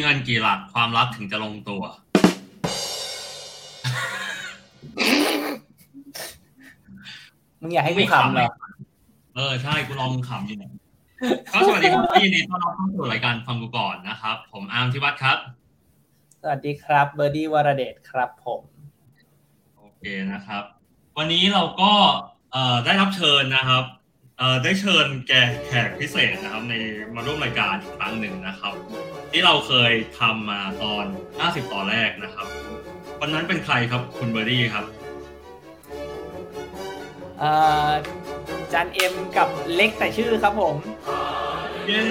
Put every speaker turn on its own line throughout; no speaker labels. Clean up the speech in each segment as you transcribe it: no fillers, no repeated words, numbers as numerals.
งินกี่หลักความรักถึงจะลงตัว
มึงอยากให้กูขำเหรอ
ใช่กูลองขำอยู่เนี่ยก็สวัสดีครับยินดีต้อนรับเข้าสู่รายการฟังกูก่อนนะครับผมอาร์มธิวัฒน์ครับ
สวัสดีครับเบอร์ดี้วรเดชครับผม
โอเคนะครับวันนี้เราก็ได้รับเชิญนะครับได้เชิญแขกพิเศษนะครับมาร่วมรายการอีกครั้งหนึ่งนะครับที่เราเคยทำมาตอน50ตอนแรกนะครับวันนั้นเป็นใครครับคุณเบอร์ดี้ครับ
จันเอ็มกับเล็กแต่ชื่อครับผม
เย้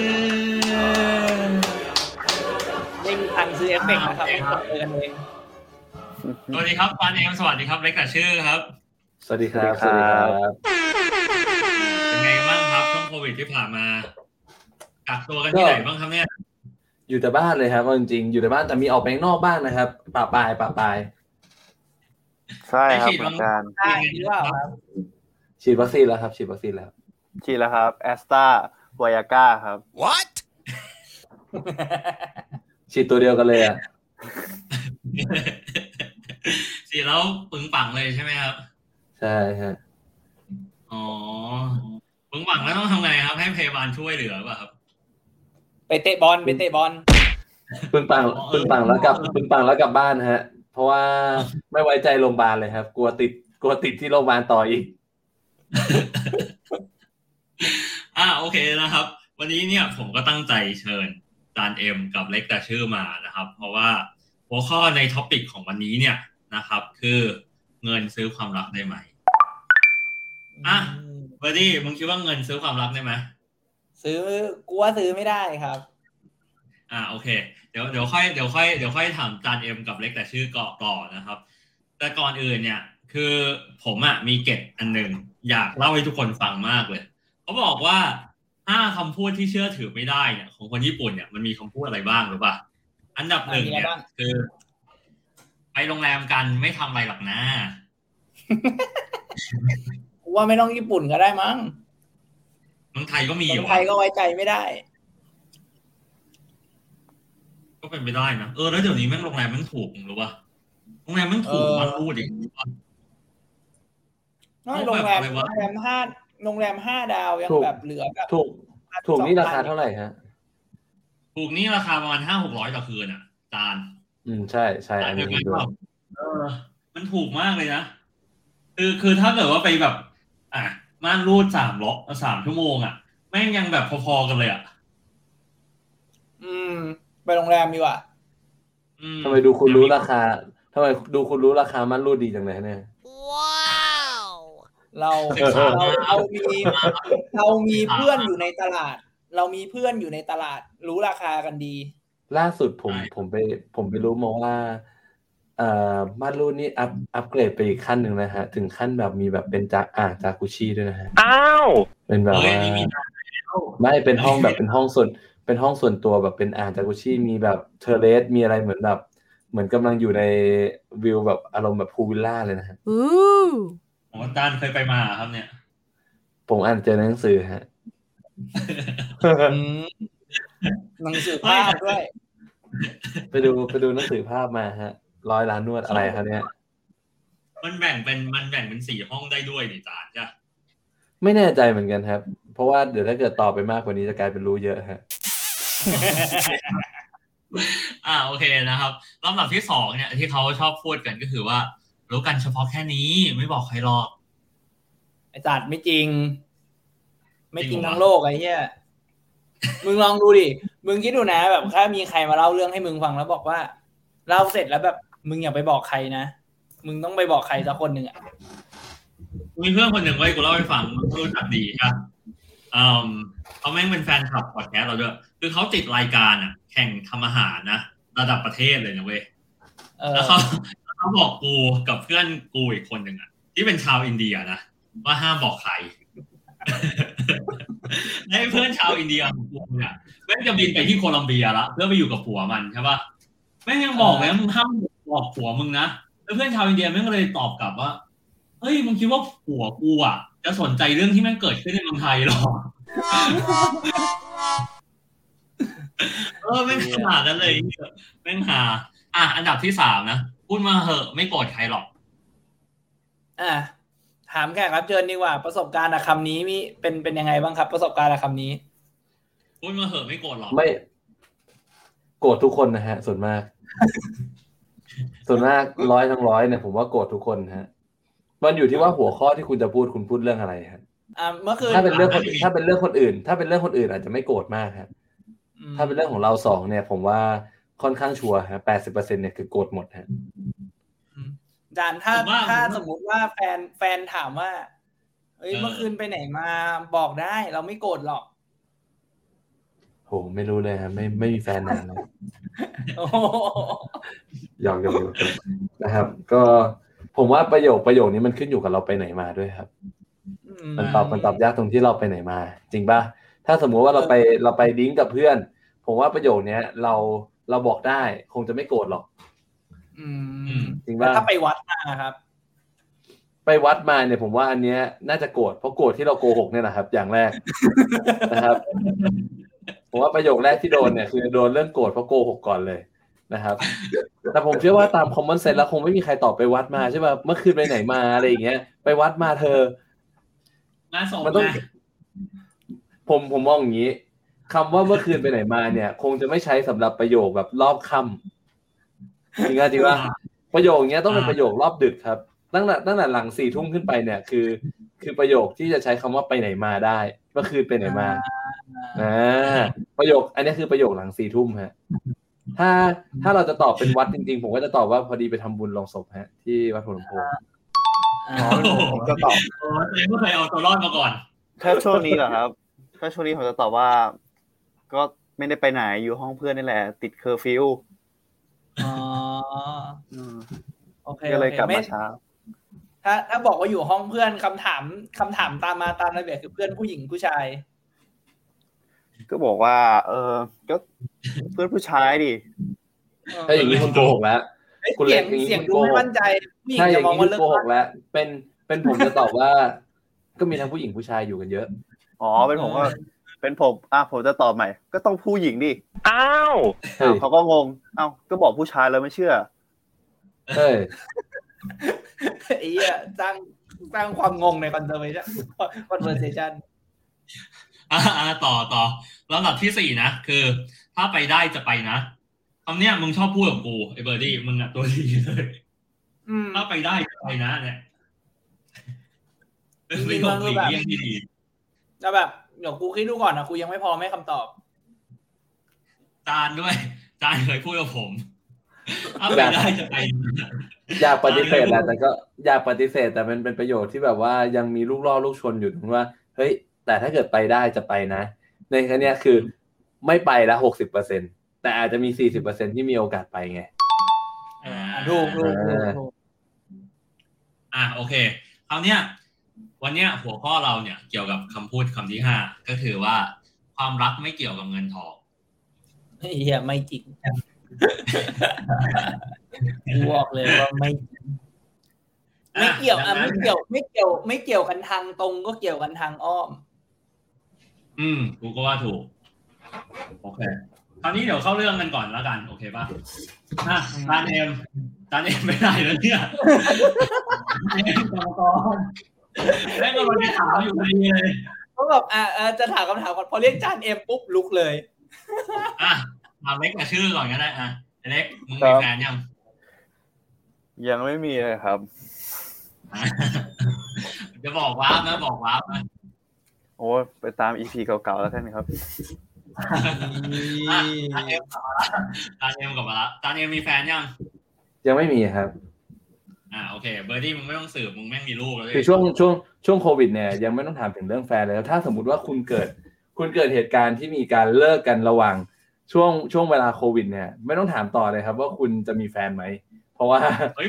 ไม่มีทางซื้อเอฟเฟกต์นะครับเจอกันเอง
สวัสดีครับจันเอ็มสวัสดีครับเล็กแต่ชื่อครับ
สวัสดีครับสวัสดีครับ
เป็นไงบ้างครับช่วงโควิดที่ผ่านมากักตัวกันที่ไหนบ้างครับเนี่ย
อยู่แต่บ้านเลยครับจริงๆอยู่แต่บ้านแต่มีออกไปข้างนอกบ้างนะครับปะปาย
ใช่ครับเหมือนกัน
ใช่หรือเปล่าครับ
ฉีดวัคซีนแล้วครับฉีด
แล้วครับแอสตราไวอาก้าครับ
What
ฉีดตัวเดียวกันเลยอ่ะ
ฉีดแล้วปึงปังเลยใช่ไหมครับ
ใช่ฮะ
อ๋อปึงปังแล้วต้องทำไงครับให้พยาบาลช่วยเหลือป่ะครับ
ไปเตะบอล
ปึงปังแล้วกลับบ้านฮะเพราะว่าไม่ไว้ใจโรงพยาบาลเลยครับกลัวติดที่โรงพยาบาลต่ออีก
โอเคนะครับวันนี้เนี่ยผมก็ตั้งใจเชิญจานเอ็มกับเล็กแต่ชื่อมานะครับเพราะว่าหัวข้อในท็อปิกของวันนี้เนี่ยนะครับคือเงินซื้อความรักได้ไหมเบอร์ดี้มึงคิดว่าเงินซื้อความรักได้ไหม
กูว่าซื้อไม่ได้ครับ
โอเคเดี๋ยวค่อยถามจานเอ็มกับเล็กแต่ชื่อก่อนนะครับแต่ก่อนอื่นเนี่ยคือผมมีเกร็ดอันนึงอยากเล่าให้ทุกคนฟังมากเลยเขาบอกว่า5คำพูดที่เชื่อถือไม่ได้เนี่ยของคนญี่ปุ่นเนี่ยมันมีคำพูดอะไรบ้างหรือเปล่าอันดับ1เนี่ยคือไปโรงแรมกันไม่ทำอะไรหรอกนะ
กูว่าไม่ต้องญี่ปุ่นก็ได้มั้ง
เมืองไทยก็มีอยู่
เมืองไทยก็ไว้ใจไม่ได้
ก็เป็นไปได้นะแล้วเดี๋ยวนี้แม่งโรงแรมแม่งถูกหรือวะโรงแรมแม่งถูกมันรูดอีก
โรงแรม5ดาวยังแบบเหลือแบบ
ถูกนี่ราคาเท่าไหร่ฮะ
ถูกนี่ราคาประมาณ 500-600 ต่อคืนจาน
ใช่อันนี้ด้วย
มันถูกมากเลยนะคือถ้าเกิดว่าไปแบบม่านรูด3 ชั่วโมงแม่งยังแบบพอๆกันเลย
ไปโรงแรมดีกว่า
ทำไมดูคุณรู้ราคาม่านรูดดีจังเลยเนี่ย
เรามีเพื่อนอยู่ในตลาดรู้ราคากันดี
ล่าสุดผมไปรู้มาว่าม่านรูดนี่อัปเกรดไปอีกขั้นหนึ่งนะฮะถึงขั้นแบบมีแบบเป็นจากุชิด้วยนะฮะเป็นแบบว่าไม่เป็นห้องแบบเป็นห้องส่วนตัวแบบเป็นจากุชิมีแบบเทอร์เรสมีอะไรเหมือนกำลังอยู่ในวิวแบบอารมณ์แบบพูลวิลล่าเลยนะฮะ
จานเคยไปมาครับเนี่ย
ผมอ่านเจอในหนังสือฮะ
หนังสือภาพด้วย
ไปดูหนังสือภาพมาฮะ100 ล้านนวดอะไรครับเนี่ย
มันแบ่งเป็น4ห้องได้ด้วยนี่จานจ้ะ
ไม่แน่ใจเหมือนกันครับเพราะว่าเดี๋ยวถ้าเกิดต่อไปมากกว่านี้จะกลายเป็นรู้เยอะฮะ
โอเคนะครับลำดับที่2เนี่ยที่เขาชอบพูดกันก็คือว่ารู้กันเฉพาะแค่นี้ไม่บอกใครหรอก
ไอ้จัดไม่จริงทั้งโลกไอ้เหี้ยมึงลองดูดิมึงคิดดูนะแบบถ้ามีใครมาเล่าเรื่องให้มึงฟังแล้วบอกว่าเล่าเสร็จแล้วแบบมึงอย่าไปบอกใครนะมึงต้องไปบอกใครสักคนนึง
มีเพื่อนคนหนึ่งไว้กูเล่าให้ฟังรู้จักดีครับเขาแม่งเป็นแฟนคลับพอดแคสต์เราด้วยคือเขาติดรายการแข่งทำอาหารนะระดับประเทศเลยนะเว้ยแล้วเขาบอกกูกับเพื่อนกูอีกคนหนึ่งที่เป็นชาวอินเดียนะว่าห้ามบอกใครให้เพื่อนชาวอินเดียของกูเนี่ยแม่งจะบินไปที่โคลัมเบียละเพื่อไปอยู่กับผัวมันใช่ป่ะแม่งยังบอกเลยมึงห้ามบอกผัวมึงนะแล้วเพื่อนชาวอินเดียแม่งก็เลยตอบกลับว่าเฮ้ยมึงคิดว่าผัวกูจะสนใจเรื่องที่แม่งเกิดขึ้นในเมืองไทยหรอแม่งขนาดนั้นเลยแม่งหาอันดับที่3นะพูดมาเหอะไม่โกรธใครหรอก
ถามแขกรับเชิญดีกว่าประสบการณ์คำนี้มีเป็นยังไงบ้างครับประสบการณ์คำนี้
พูดมาเหอะไม่โกรธหรอก
ไม่โกรธทุกคนนะฮะส่วนมาก100 ทั้ง 100เนี่ยผมว่าโกรธทุกคนฮะมันอยู่ที่ว่าหัวข้อที่คุณจะพูดคุณพูดเรื่องอะไรฮะ
เมื่อคืน
ถ้าเป็นเรื่องคนอื่นอาจจะไม่โกรธมากครับถ้าเป็นเรื่องของเรา2เนี่ยผมว่าค่อนข้างชัวร์ฮะ 80% เนี่ยคือโกรธหมดฮะ
จานถ้าสมมุติว่าแฟนถามว่าเอ้ยเมื่อคืนไปไหนมาบอกได้เราไม่โกรธหรอก
โหไม่รู้เลยครับไม่มีแฟนนานแล้วหยอกนะครับก็ผมว่าประโยคนี้มันขึ้นอยู่กับเราไปไหนมาด้วยครับมันตอบยากตรงที่เราไปไหนมาจริงป่ะถ้าสมมุติว่าเราไปดิ้งกับเพื่อนผมว่าประโยคนี้เราบอกได้คงจะไม่โกรธหรอก
จริงป่ะถ้าไปวัดมาครับ
ไปวัดมาเนี่ยผมว่าอันเนี้ยน่าจะโกรธเพราะโกรธที่เราโกหกเนี่ยนะครับอย่างแรกนะครับผมว่าประโยคแรกที่โดนเนี่ยคือโดนเรื่องโกรธเพราะโกหกก่อนเลยนะครับแต่ผมเชื่อว่าตามคอมมอนเซนส์แล้วคงไม่มีใครตอบไปวัดมาใช่ป่ะเมื่อคืนไปไหนมาอะไรอย่างเงี้ยไปวัดมาเธอมันต้องผมมองอย่างนี้คำว่าเมื่อคืนไปไหนมาเนี่ยคงจะไม่ใช้สำหรับประโยคแบบรอบค่ำจริงว่าประโยคนี้ต้องเป็นประโยครอบดึกครับตั้งแต่หลัง 4 ทุ่มขึ้นไปเนี่ยคือประโยคที่จะใช้คำว่าไปไหนมาได้เมื่อคืนไปไหนมาประโยคอันนี้คือประโยคหลัง 4 ทุ่มฮะถ้าเราจะตอบเป็นวัดจริงๆผมก็จะตอบว่าพอดีไปทำบุญลงศพฮะที่วัดหัวลำโพง
ผมจะตอบ
ไม่เคยเอาตัวรอดมาก่อน
ถ้าช่วงนี้เหรอครับถ้าช่วงนี้ผมจะตอบว่าก็ไม่ได้ไปไหนอยู่ห้องเพื่อนนี่แหละติดเคอร์ฟิว
โอเค
ก็เลยกลับมาช้า
ถ้าบอกว่าอยู่ห้องเพื่อนคำถามตามมาตามระเบียบคือเพื่อนผู้หญิงผู้ชาย
ก็บอกว่าก็เพื่อนผู้ชายดิ
ถ้าอย่างนี้คุณโกหกแล้ว
คุณเสียงดูไม่มั่นใจ
ผู้หญิงจะมองว่าเลิกโกหกแล้วเป็นผมจะตอบว่าก็มีทั้งผู้หญิงผู้ชายอยู่กันเยอะ
เป็นผมผมจะตอบใหม่ก็ต้องผู้หญิงดิอ้าวเขาก็งงก็บอกผู้ชายแล้วไม่เชื่อ
เฮ้ย
ไอ้เหี้ยสร้างความงงในconversation
ต่อลำดับที่4นะคือถ้าไปได้จะไปนะคำเนี้ยมึงชอบพูดกับกูไอ้เบอร์ดี้มึงตัวดีเลยถ้าไปได้จะไปนะเนี่ย
เป็นประโยคหลีกเลี่ยงที่ดีแล้วแบบเดี๋ยวกูคิดดูก่อนนะกูยังไม่พร้อมให้คำตอบ
จานเคยพูดกับผมถ้าไปได้จะไป
อยากปฏิเสธแหละแต่ก็อยากปฏิเสธแต่มันเป็นประโยชน์ที่แบบว่ายังมีลูกล่อลูกชนอยู่ถึงว่าเฮ้ยแต่ถ้าเกิดไปได้จะไปนะในครั้งนี้คือไม่ไปละ 60% แต่อาจจะมี 40% ที่มีโอกาสไปไง
ถูก
โอเคคราวเนี้ยวันเนี้ยหัวข้อเราเนี่ยเกี่ยวกับคำพูดคำที่5ก็คือว่าความรักไม่เกี่ยวกับเงินทอง
เหี้ยไม่จริงบอกเลยว่าไม่เกี่ยวไม่เกี่ยวกันทางตรงก็เกี่ยวกันทางอ้อม
กูก็ว่าถูกโอเคคราวนี้เดี๋ยวเข้าเรื่องกันก่อนแล้วกันโอเคป่ะจานเอ็มไม่ได้แล้วเนี่ยแล้วก็มันจะถามอยู่พอดีเลย
เขาแบบจะถามคำถามก่อนพอเรียกจานเอ็มปุ๊บลุกเลย
ถามเล็กกับชื่อก่อนก็ได้เล็กมึงมีแฟน
ยังไม่มีเลยครับ
จะบอกว้าวนะ
โอ้ไปตาม EP เก่าๆแล้วท่านครับ
จานเอ็มกับมาละจานเอ็มมีแฟน
ยังไม่มีครับ
โอเคเบอร์ดี้มึงไม่ต้องสืบมึงแม่งมีลูกแล้ว
คือช่วงโควิดเนี่ยยังไม่ต้องถามถึงเรื่องแฟนเลยถ้าสมมุติว่าคุณเกิดเหตุการณ์ที่มีการเลิกกันระหว่างช่วงเวลาโควิดเนี่ยไม่ต้องถามต่อเลยครับว่าคุณจะมีแฟนไหมเพราะว่า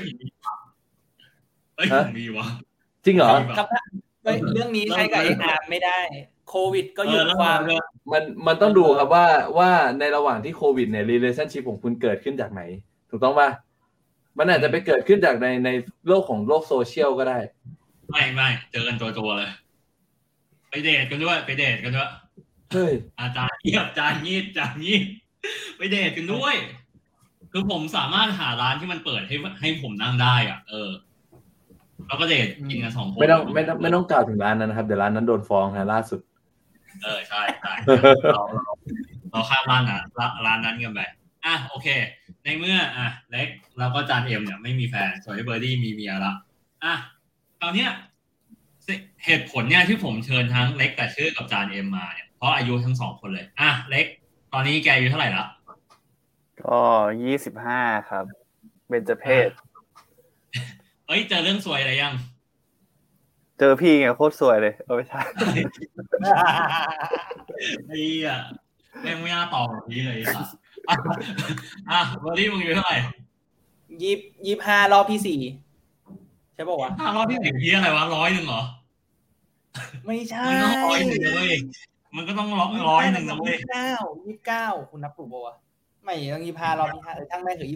มีวะ
จริงเหรอ
เรื่องนี้ใช้กับไม่ได้โควิดก็หยุดความ
มันต้องดูครับว่าในระหว่างที่โควิดเนี่ย relationship ของคุณเกิดขึ้นจากไหนถูกต้องป่ะมันอาจจะไปเกิดขึ้นจากในโลกของโลกโซเชียลก็ได้
ไม่เจอกันตัวเลยไปเดทกันด้วย
เฮ้ย
อาจารย์เงียบจานงีบไปเดทกันด้วยคือผมสามารถหาร้านที่มันเปิดให้ผมนั่งได้อ่ะแล้วก็เดทกินกัน2 คน
ไม่ต้องกล่าวถึงร้านนั้นนะครับเดี๋ยวร้านนั้นโดนฟ้องนะล่าสุด
ใช่เราข้ามร้านนั้นกันไปโอเคในเมื่อเล็กแล้วก็จานเอ็มเนี่ยไม่มีแฟนส่วนไอ้เบอร์ดี้มีเมียละคราวเนี้ยเหตุผลเนี่ยที่ผมเชิญทั้งเล็กแต่ชื่อกับจานเอ็มมาเนี่ยเพราะอายุทั้ง2 คนเลยเล็กตอนนี้แกอายุเท่าไหร่ละ
ก็25ครับเบญจเพศ
เจอเรื่องสวยอะไรยัง
เจอพี่ไงโคตรสวยเลยไม่ใช่
แม่งไม่น่าตอบแบบนี้เลยเบอร์ดี้มึงอายุเท่าไหร่
25รอบที่4ใช่ป่าววะ
รอบที่4ที่อะไรวะ100เหรอ
ไม่ใช่
มันต้อง100เลยมันก็ต้อง100นะเว้ย
29คุณนับถูกป่าววะไม่ต้อง25รอบที่5ทั้งแม่คือ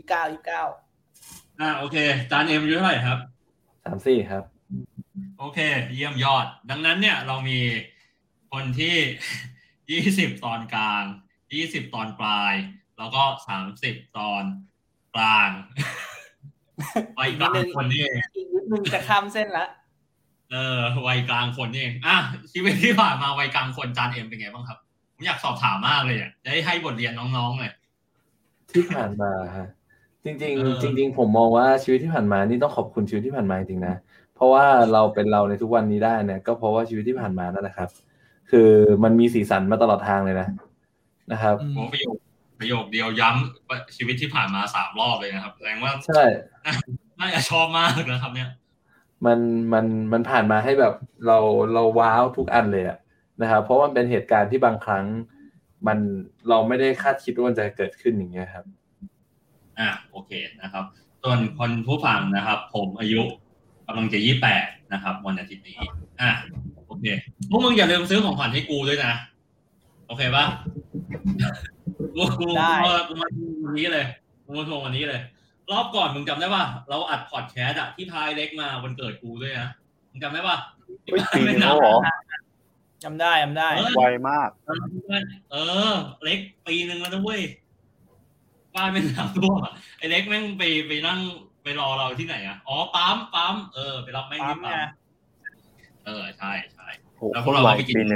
29
โอเคจานเอ็มอายุเท่าไหร่ครับ
34ครับ
โอเคเยี่ยมยอดดังนั้นเนี่ยเรามีคนที่20ตอนกลาง20ตอนปลายแล้วก็30ตอนกลางวัยกลางคนนี่เอง
อีกนิดนึงจะข้ามเส้นละ
วัยกลางคนนี่เองชีวิตที่ผ่านมาวัยกลางคนจานเอ็มเป็นไงบ้างครับผมอยากสอบถามมากเลยจะได้ให้บทเรียนน้องๆเลย
ที่ผ่านมาฮะจริงผมมองว่าชีวิตที่ผ่านมานี่ต้องขอบคุณชีวิตที่ผ่านมาจริงๆนะเพราะว่าเราเป็นเราในทุกวันนี้ได้เนี่ยก็เพราะว่าชีวิตที่ผ่านมานั่นแหละครับคือมันมีสีสันมาตลอดทางเลยนะครับ
ประโยคเดียวย้ำชีวิตที่ผ่านมา3 รอบเลยนะครับแสดงว่า
ใช่
น่าจะชอบมากนะครับเนี่ย
มันผ่านมาให้แบบเราว้าวทุกอันเลยนะครับเพราะว่าเป็นเหตุการณ์ที่บางครั้งเราไม่ได้คาดคิดว่ามันจะเกิดขึ้นอย่างเงี้ยครับ
โอเคนะครับส่วนคนผู้ฟังนะครับผมอายุกำลังจะ28นะครับวันอาทิตย์นี้โอเคพวกมึงอย่าลืมซื้อของขวัญให้กูด้วยนะโอเคป่ะกูมาวันนี้เลยกูมาโทรวันนี้เลยรอบก่อนมึงจำได้ป่ะเราอัดพอดแคสต์ที่พายเล็กมาวันเกิดกูด้วยนะมึงจำได้ป่ะ
ไม่นานหรอ
จำได้
ไวมาก
เล็กปีนึงแล้วนะเว้ยบ้านไม่น้ำท่วมไอ้เล็กแม่งไปนั่งไปรอเราที่ไหนปั๊มไปรับแม่งที่ปั๊มใช่แล้วพวกเราไปกินนึง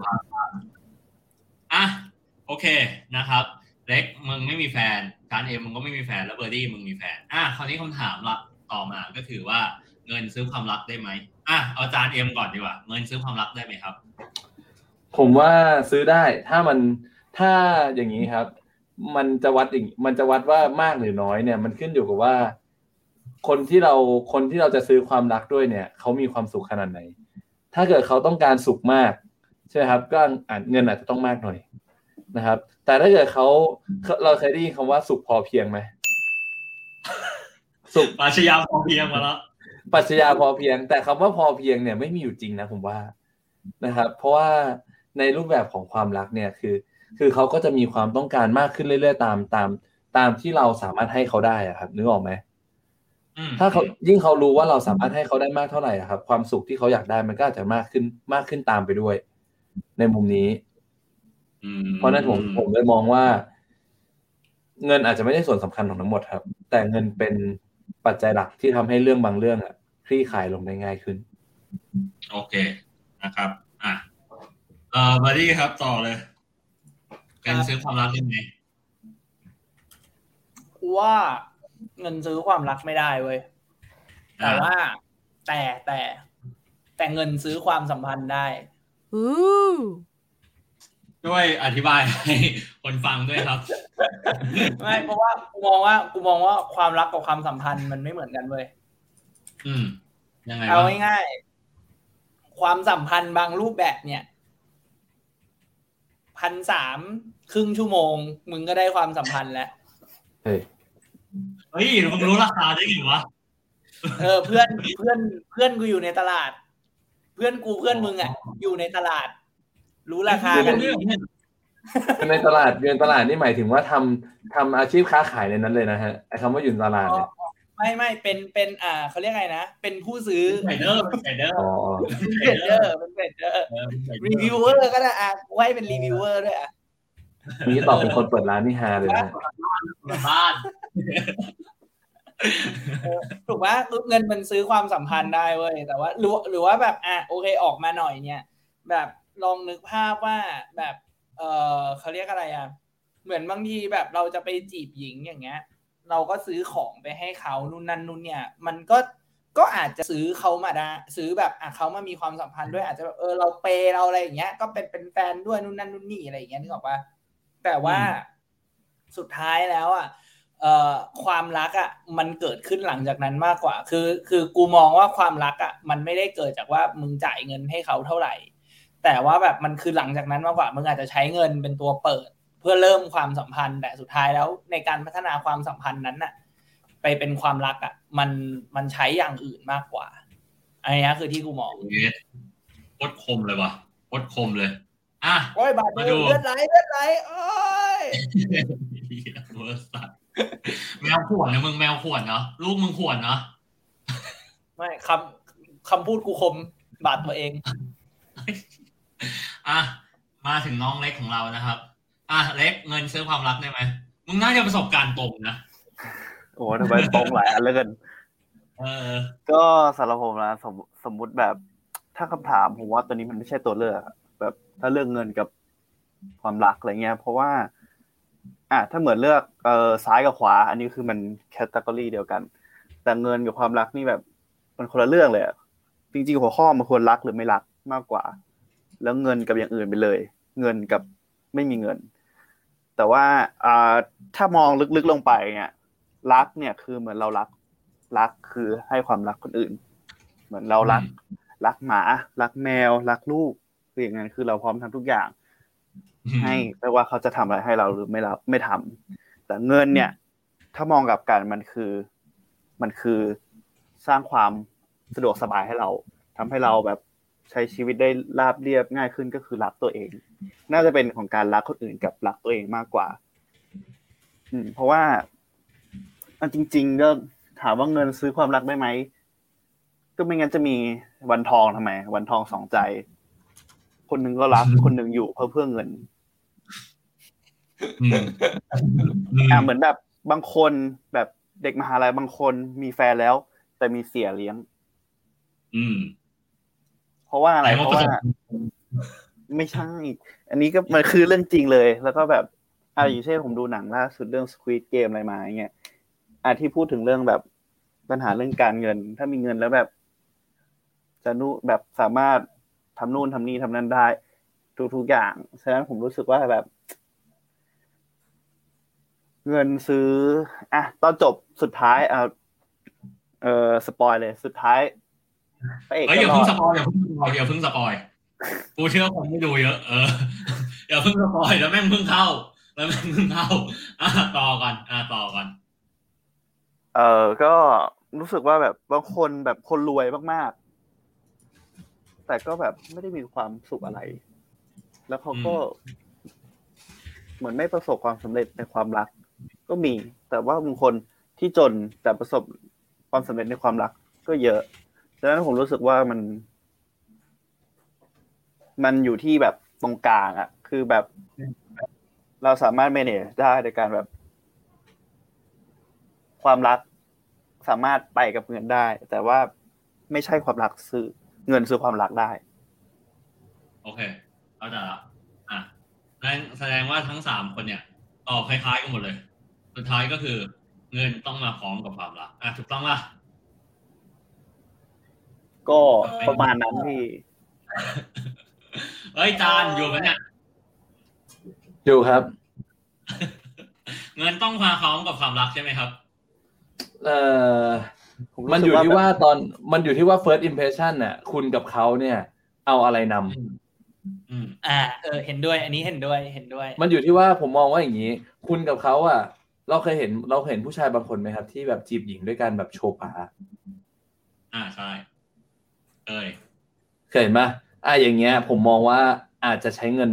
โอเคนะครับเล็กมึงไม่มีแฟนจานเอ็มมึงก็ไม่มีแฟนแล้วเบอร์ดี้มึงมีแฟนคราวนี้คำถามละต่อมาก็คือว่าเงินซื้อความรักได้ไหมเอาจานเอ็มก่อนดีกว่าเงินซื้อความรักได้ไหมครับ
ผมว่าซื้อได้ถ้าอย่างนี้ครับมันจะวัดว่ามากหรือน้อยเนี่ยมันขึ้นอยู่กับว่าคนที่เราจะซื้อความรักด้วยเนี่ยเขามีความสุขขนาดไหนถ้าเกิดเขาต้องการสุขมากใช่ไหมครับก็เงินอาจจะต้องมากหน่อยนะครับแต่ถ้าเกิดเราเคยได้ยินคำว่าสุขพอเพียงไหม
สุขปรัชญาพอเพียงมาแล้ว
ปรัชญาพอเพียงแต่คำว่าพอเพียงเนี่ยไม่มีอยู่จริงนะผมว่านะครับเพราะว่าในรูปแบบของความรักเนี่ยคือเขาก็จะมีความต้องการมากขึ้นเรื่อยๆตามที่เราสามารถให้เขาได้ครับนึกออกไหมถ้ายิ่งเขารู้ว่าเราสามารถให้เขาได้มากเท่าไหร่ครับความสุขที่เขาอยากได้มันก็อาจจะมากขึ้นตามไปด้วยในมุมนี้เพราะนั้นผมเลยมองว่าเงินอาจจะไม่ได้ส่วนสำคัญของทั้งหมดครับแต่เงินเป็นปัจจัยหลักที่ทำให้เรื่องบางเรื่องคลี่คลายลงได้ง่ายขึ้น
โอเคนะครับบอดี้ครับต่อเลยการซื้อความรักยังไง
ว่าเงินซื้อความรักไม่ได้เว้ยแต่ว่าแต่เงินซื้อความสัมพันธ์ได้
ด้วยอธิบายให้คนฟังด้วยครับ
ไม่เพราะว่ากูมองว่าความรักกับความสัมพันธ์มันไม่เหมือนกันเว้ย
ยังไง
เอาง่ายๆความสัมพันธ์บางรูปแบบเนี่ย 1,300 ครึ่งชั่วโมงมึงก็ได้ความสัมพันธ์แล้ว
เฮ้
ยมึงรู้ราคาได้ไงวะ
เพื่อนกูอยู่ในตลาดเพื่อนมึงอยู่ในตลาดรู้ราคากัน
ในตลาดนี่หมายถึงว่าทำอาชีพค้าขายในนั้นเลยนะฮะไอ้คำว่าอยู่ในตลาดเนี่ย
ไม่เป็นเขาเรียกไงนะเป็นผู้ซื้อ
เทรดเดอร์
อ๋อ
เป็นเทรดเดอร์รีวิวเวอร์ก็ได้กูให้เป็นรีวิวเวอร์ด้วย
นี่ตอบเป็นคนเปิดร้านนี่ฮาเลยนะ
บ้าน
ถูกป่ะเงินมันซื้อความสัมพันธ์ได้เว้ยแต่ว่าหรือว่าแบบโอเคออกมาหน่อยเนี่ยแบบลองนึกภาพว่าแบบเขาเรียกอะไรเหมือนบางทีแบบเราจะไปจีบหญิงอย่างเงี้ยเราก็ซื้อของไปให้เขานู่นนั่นนู่นเนี่ยมันก็อาจจะซื้อเขามาได้ซื้อแบบเขามามีความสัมพันธ์ด้วยอาจจะแบบเราเปย์เราอะไรอย่างเงี้ยก็เป็นแฟนด้วยนู่นนั่นนู่นนี่อะไรอย่างเงี้ยนึกออกป่ะแต่ว่าสุดท้ายแล้วความรักมันเกิดขึ้นหลังจากนั้นมากกว่าคือกูมองว่าความรักมันไม่ได้เกิดจากว่ามึงจ่ายเงินให้เขาเท่าไหร่แต่ว่าแบบมันคือหลังจากนั้นมากกว่ามึงอาจจะใช้เงินเป็นตัวเปิดเพื่อเริ่มความสัมพันธ์แต่สุดท้ายแล้วในการพัฒนาความสัมพันธ์นั้นไปเป็นความรักมันใช้อย่างอื่นมากกว่าอันนี้คือที่กูมอง
โคตรคมเลยว่ะโคตรคมเลย
โอ้ยบาดเลือดไหลโอ้ย
แมวข่วนนะมึงแมวข่วนเนาะลูกมึงข่วนเนาะ
ไม่คำพูดกูคมบาดตัวเอง
มาถึงน้องเล็กของเรานะครับเล็กเงินซื้อความรักได้ไหมมึงน่าจะประสบการณ์ตรงนะ
โอ้ทำไมตรงหลายอันเลยกันก็สำหรับผมนะสมมุติแบบถ้าคำถามผมว่าตัวนี้มันไม่ใช่ตัวเลือกแบบถ้าเลือกเงินกับความรักอะไรเงี้ยเพราะว่าถ้าเหมือนเลือกซ้ายกับขวาอันนี้คือมันแคตตากรีเดียวกันแต่เงินกับความรักนี่แบบมันคนละเรื่องเลยจริงๆหัวข้อมันควรรักหรือไม่รักมากกว่าแล้วเงินกับอย่างอื่นไปเลยเงินกับไม่มีเงินแต่ว่าถ้ามองลึกๆลงไปเนี่ยรักเนี่ยคือเหมือนเรารักคือให้ความรักคนอื่นเหมือนเรารักหมารักแมวรักลูกคืออย่างนั้นคือเราพร้อมทำทุกอย่างให้ไม่ว่าเขาจะทำอะไรให้เราหรือไม่ทำแต่เงินเนี่ยถ้ามองกับกันมันคือสร้างความสะดวกสบายให้เราทำให้เราแบบใช้ชีวิตได้ราบเรียบง่ายขึ้นก็คือรักตัวเองน่าจะเป็นของการรักคนอื่นกับรักตัวเองมากกว่าเพราะว่าจริงๆก็ถามว่าเงินซื้อความรักได้ไหมก็ไม่งั้นจะมีวันทองทำไมวันทองสองใจคนนึงก็รักคนนึงอยู่เพื่อเงินเหมือนแบบบางคนแบบเด็กมหาลัยบางคนมีแฟนแล้วแต่มีเสียเลี้ยงเพราะว่าอะไรเพราะว่าไม่ใช่อันนี้ก็มันคือเรื่องจริงเลยแล้วก็แบบอย่างเช่นผมดูหนังล่าสุดเรื่อง Squid Game อะไรมาอย่างเงี้ยที่พูดถึงเรื่องแบบปัญหาเรื่องการเงินถ้ามีเงินแล้วแบบจะแบบสามารถทำนู่นทำนี่ทำนั่นได้ทุกอย่างฉะนั้นผมรู้สึกว่าแบบเงินซื้อตอนจบสุดท้ายสปอยเลยสุดท้าย
อย่าเพิ่งสปอยกูเชื่อคนไม่ดูเยอะอย่าเพิ่งสปอยแล้วแม่งเพิ่งเข้าต่อก่อน
ก็รู้สึกว่าแบบบางคนแบบคนรวยมากๆแต่ก็แบบไม่ได้มีความสุขอะไรแล้วเขาก็เหมือนไม่ประสบความสำเร็จในความรักก็มีแต่ว่าบางคนที่จนแต่ประสบความสำเร็จในความรักก็เยอะฉะนั้นผมรู้สึกว่ามันอยู่ที่แบบตรงกลางคือแบบเราสามารถ manage ได้ในการแบบความรักสามารถไปกับเงินได้แต่ว่าไม่ใช่ความรักซื้อเงินซื้อความรักได้
โอเคเข้าใจละแสดงว่าทั้ง3คนเนี่ยตอบคล้ายๆกันหมดเลยสุดท้ายก็คือเงินต้องมาพร้อมกับความรักถูกต้องป่ะ
ก็ประมาณนั้นพี่
จานอยู่ไหมเนี่ย
อยู่ครับ
เงินต้องมาพร้อมกับความรักใช่ไหมครับ
มันอยู่ที่ว่ามันอยู่ที่ว่า first impression น่ะคุณกับเขาเนี่ยเอาอะไรนำ
เห็นด้วยอันนี้เห็นด้วย
มันอยู่ที่ว่าผมมองว่าอย่างนี้คุณกับเขาเราเคยเห็นผู้ชายบางคนไหมครับที่แบบจีบหญิงด้วยการแบบโชว์ป๋า
ใช่
เคยเห็นป่ะอย่างเงี้ยผมมองว่าอาจจะใช้เงิน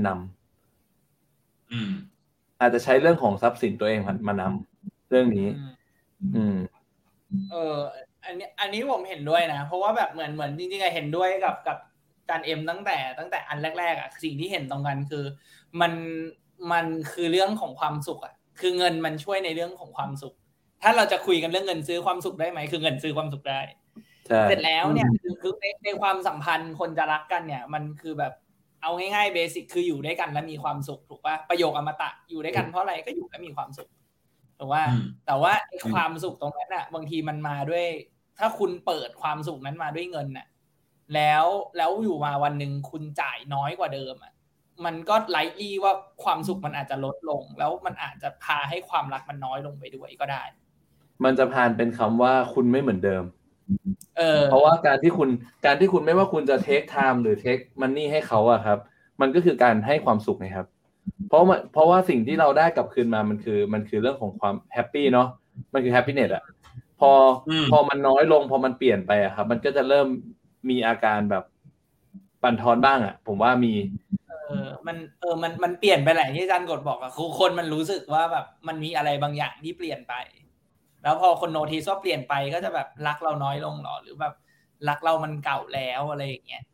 นำอาจจะใช้เรื่องของทรัพย์สินตัวเองมานำเรื่องนี้
อันนี้ผมเห็นด้วยนะเพราะว่าแบบเหมือนจริงๆเห็นด้วยกับจานเอ็มตั้งแต่อันแรกๆสิ่งที่เห็นตรงกันคือมันคือเรื่องของความสุขคือเงินมันช่วยในเรื่องของความสุขถ้าเราจะคุยกันเรื่องเงินซื้อความสุขได้ไหมคือเงินซื้อความสุขได้เสร็จแล้วเนี่ยคือในความสัมพันธ์คนจะรักกันเนี่ยมันคือแบบเอาง่ายๆเบสิกคืออยู่ด้วยกันแล้วมีความสุขถูกป่ะประโยคอมตะอยู่ด้วยกันเพราะอะไรก็อยู่แล้วมีความสุขถูกว่าแต่ว่าความสุขตรงนั้นน่ะบางทีมันมาด้วยถ้าคุณเปิดความสุขนั้นมาด้วยเงินน่ะแล้วอยู่มาวันนึงคุณจ่ายน้อยกว่าเดิมมันก็ไลท์ว่าความสุขมันอาจจะลดลงแล้วมันอาจจะพาให้ความรักมันน้อยลงไปด้วยก็ได้
มันจะผ่านเป็นคำว่าคุณไม่เหมือนเดิมเพราะว่าการที่คุณไม่ว่าคุณจะเทคไทม์หรือเทคมันนี่ให้เขาอะครับมันก็คือการให้ความสุขนะครับเพราะว่าสิ่งที่เราได้กลับคืนมามันคือเรื่องของความแฮปปี้เนาะมันคือแฮปปี้เน็ตอะพอมันน้อยลงพอมันเปลี่ยนไปอะครับมันก็จะเริ่มมีอาการแบบปั่นทอนบ้างอะผมว่ามี
มันเปลี่ยนไปแหละที่อาจารย์กดบอกคือคนมันรู้สึกว่าแบบมันมีอะไรบางอย่างที่เปลี่ยนไปแล้วพอคนโนติสว่าเปลี่ยนไปก็จะแบบรักเราน้อยลงหรอหรือแบบรักเรามันเก่าแล้วอะไรอย่างเงี้ย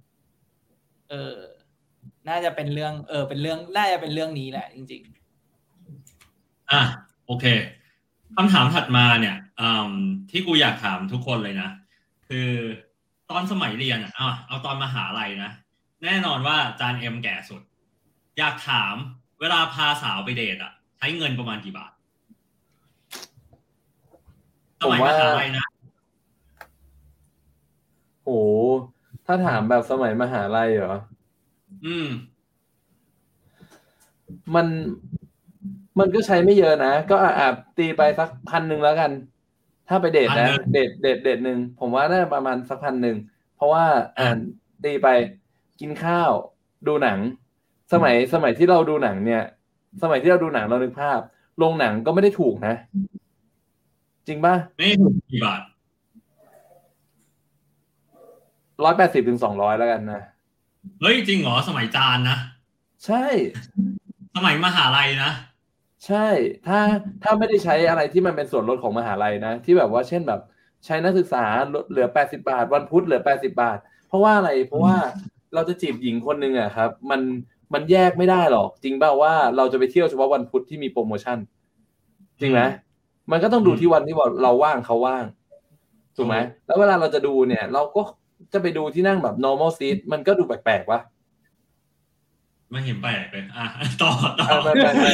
น่าจะเป็นเรื่องน่าจะเป็นเรื่องนี้แหละจริง
ๆโอเคคำถามถัดมาเนี่ยที่กูอยากถามทุกคนเลยนะคือตอนสมัยเรียนเอาตอนมหาลัยนะแน่นอนว่าจานเอ็มแก่สุดอยากถามเวลาพาสาวไปเดทใช้เงินประมาณกี่บาทสมัยมหาลัยนะ
โอ้ถ้าถามแบบสมัยมหาลัยเหรอมันก็ใช้ไม่เยอะนะก็ตีไปสัก1,000แล้วกันถ้าไปเดทนะเดทนึงผมว่าน่าประมาณสัก1,000เพราะว่าตีไปกินข้าวดูหนังสมัยที่เราดูหนังเนี่ยสมัยที่เราดูหนังเรานึกภาพโรงหนังก็ไม่ได้ถูกนะจริงป่ะ
ไม่ถูกกี่บาท
180 ถึง 200แล้วกันนะ
เฮ้ยจริงเหรอสมัยจานนะ
ใช่
สมัยมหาลัยนะ
ใช่ถ้าไม่ได้ใช้อะไรที่มันเป็นส่วนลดของมหาลัยนะที่แบบว่าเช่นแบบใช้นักศึกษาเหลือ80 บาทวันพุธเหลือ80 บาทเพราะว่าอะไรเพราะว่าเราจะจีบหญิงคนนึงครับมันแยกไม่ได้หรอกจริงป่ะว่าเราจะไปเที่ยวเฉพาะวันพุธที่มีโปรโมชั่นจริงไหมมันก็ต้องดูที่วันที่เราว่างเขาว่างถูกไหมแล้วเวลาเราจะดูเนี่ยเราก็จะไปดูที่นั่งแบบ normal seat มันก็ดูแปลกๆวะ
ไม่เห็นแปลกเลยต่อ
ไม่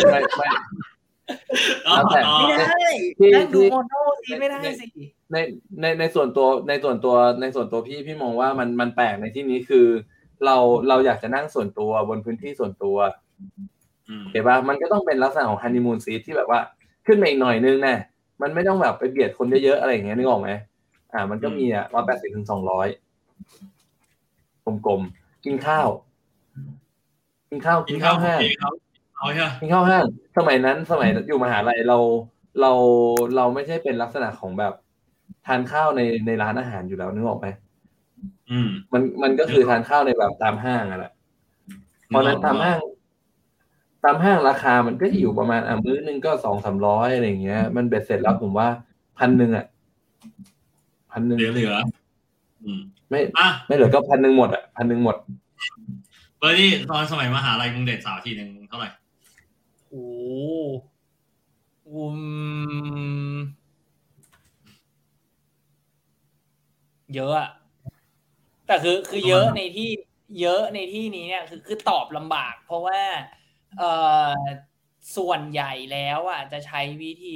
ได้นั่งดูโมโนซีไม่ได้สิ
ในส่วนตัวพี่มองว่ามันแปลกในที่นี้คือเราอยากจะนั่งส่วนตัวบนพื้นที่ส่วนตัวเห็นป่ะมันก็ต้องเป็นลักษณะของฮันนีมูนซีทที่แบบว่าขึ้นมาอีกหน่อยนึงนะมันไม่ต้องแบบไปเบียดคนเยอะๆอะไรอย่างเงี้ยนึกออกไหมมันก็มี180 ถึง 200กลมๆกินข้าวห้างกินข้าวห้างสมัยอยู่มหาลัยเราไม่ใช่เป็นลักษณะของแบบทานข้าวในร้านอาหารอยู่แล้วนึกออกไหมมันก็คือทานข้าวในแบบตามห้างแหละเพราะนั้นตามห้างราคามันก็อยู่ประมาณมื้อนึงก็ 200-300อะไรอย่างเงี้ยมันเบ็ดเสร็จแล้วผมว่า 1,000 1,000
เหลือ
ไม่เหลือก็1,000หมด1,000หมด
เบอร์ดี้ตอนสมัยมหาลัยมึงเดทสาวทีนึงเท่าไหร่
โอ้เยอะอะแต่คือเยอะในที่นี้เนี่ยคือตอบลำบากเพราะว่าส่วนใหญ่แล้วจะใช้วิธี